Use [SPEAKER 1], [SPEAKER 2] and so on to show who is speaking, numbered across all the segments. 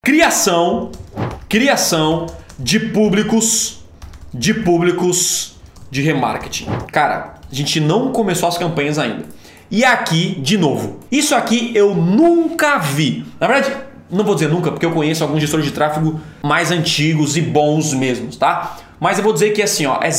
[SPEAKER 1] Criação de públicos de remarketing. Cara, a gente não começou as campanhas ainda. E aqui, de novo, isso aqui eu nunca vi. Na verdade, não vou dizer nunca, porque eu conheço alguns gestores de tráfego mais antigos e bons mesmos, tá? Mas eu vou dizer que assim, ó, é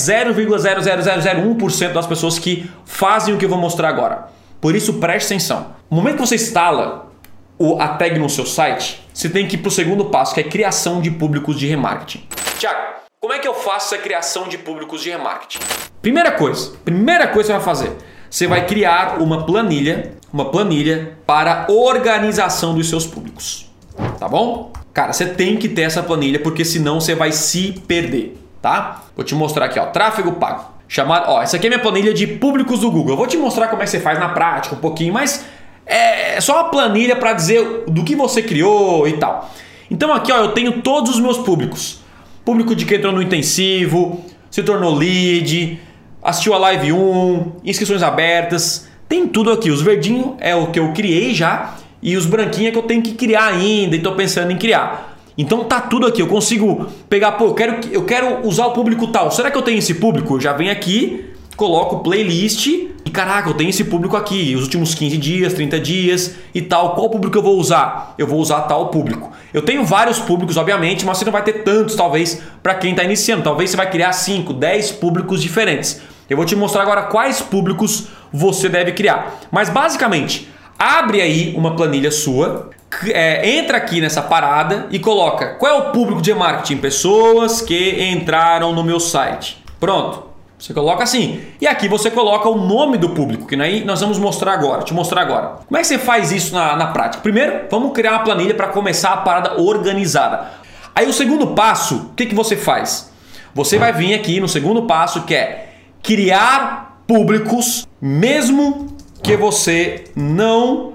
[SPEAKER 1] 0,00001% das pessoas que fazem o que eu vou mostrar agora. Por isso, preste atenção. No momento que você instala a tag no seu site, você tem que ir para o segundo passo, que é criação de públicos de remarketing. Tiago, como é que eu faço essa criação de públicos de remarketing? Primeira coisa que você vai fazer, você vai criar uma planilha para organização dos seus públicos, tá bom? Cara, você tem que ter essa planilha, porque senão você vai se perder, tá? Vou te mostrar aqui, ó, tráfego pago. Essa aqui é minha planilha de públicos do Google. Eu vou te mostrar como é que você faz na prática um pouquinho, mas é só uma planilha para dizer do que você criou e tal. Então aqui, ó, eu tenho todos os meus públicos. Público de quem entrou no intensivo, se tornou lead, assistiu a live 1, inscrições abertas. Tem tudo aqui. Os verdinhos é o que eu criei já e os branquinhos é que eu tenho que criar ainda e estou pensando em criar. Então tá tudo aqui. Eu consigo pegar, eu quero usar o público tal. Será que eu tenho esse público? Eu já venho aqui, coloco playlist e caraca, eu tenho esse público aqui, os últimos 15 dias, 30 dias e tal. Qual público eu vou usar? Eu vou usar tal público. Eu tenho vários públicos, obviamente, mas você não vai ter tantos, talvez, para quem está iniciando. Talvez você vai criar 5, 10 públicos diferentes. Eu vou te mostrar agora quais públicos você deve criar. Mas basicamente, abre aí uma planilha sua, entra aqui nessa parada e coloca qual é o público de marketing, pessoas que entraram no meu site. Pronto. Você coloca assim. E aqui você coloca o nome do público, que aí nós vamos mostrar agora. Te mostrar agora. Como é que você faz isso na prática? Primeiro, vamos criar uma planilha para começar a parada organizada. Aí o segundo passo, o que você faz? Você vai vir aqui no segundo passo, que é criar públicos, mesmo que você não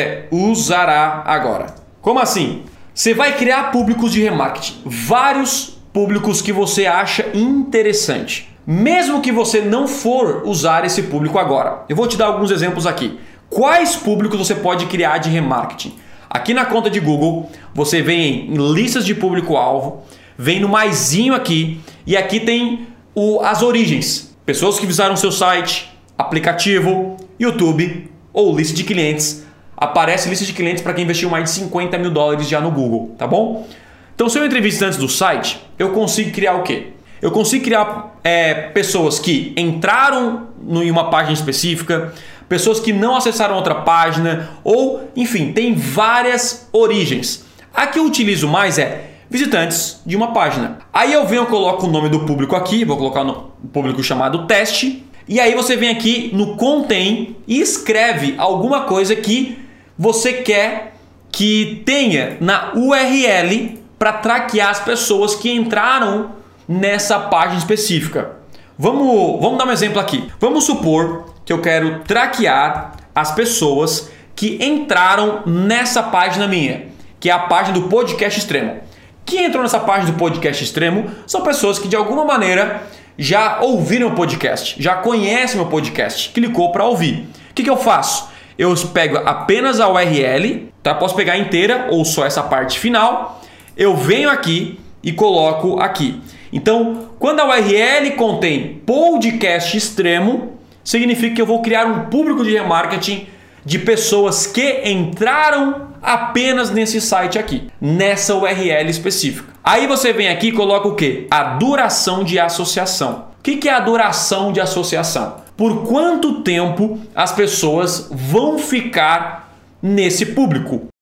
[SPEAKER 1] usará agora. Como assim? Você vai criar públicos de remarketing. Vários públicos que você acha interessante. Mesmo que você não for usar esse público agora. Eu vou te dar alguns exemplos aqui. Quais públicos você pode criar de remarketing? Aqui na conta de Google, você vem em listas de público-alvo, vem no maisinho aqui, e aqui tem as origens. Pessoas que visitaram seu site, aplicativo, YouTube ou lista de clientes. Aparece lista de clientes para quem investiu mais de $50 mil já no Google, tá bom? Então, se eu entrevisto antes do site, eu consigo criar o quê? Eu consigo criar pessoas que entraram em uma página específica, pessoas que não acessaram outra página, ou, enfim, tem várias origens. A que eu utilizo mais é visitantes de uma página. Aí eu coloco o nome do público aqui, vou colocar no público chamado teste, e aí você vem aqui no contém e escreve alguma coisa que você quer que tenha na URL para traquear as pessoas que entraram nessa página específica. Vamos dar um exemplo aqui. Vamos supor que eu quero traquear as pessoas que entraram nessa página minha, que é a página do Podcast Extremo. Quem entrou nessa página do Podcast Extremo são pessoas que de alguma maneira já ouviram o podcast, já conhecem meu podcast, clicou para ouvir. O que eu faço? Eu pego apenas a URL, tá? Posso pegar inteira ou só essa parte final. Eu venho aqui e coloco aqui. Então, quando a URL contém podcast extremo, significa que eu vou criar um público de remarketing de pessoas que entraram apenas nesse site aqui, nessa URL específica. Aí você vem aqui e coloca o quê? A duração de associação. O que é a duração de associação? Por quanto tempo as pessoas vão ficar nesse público?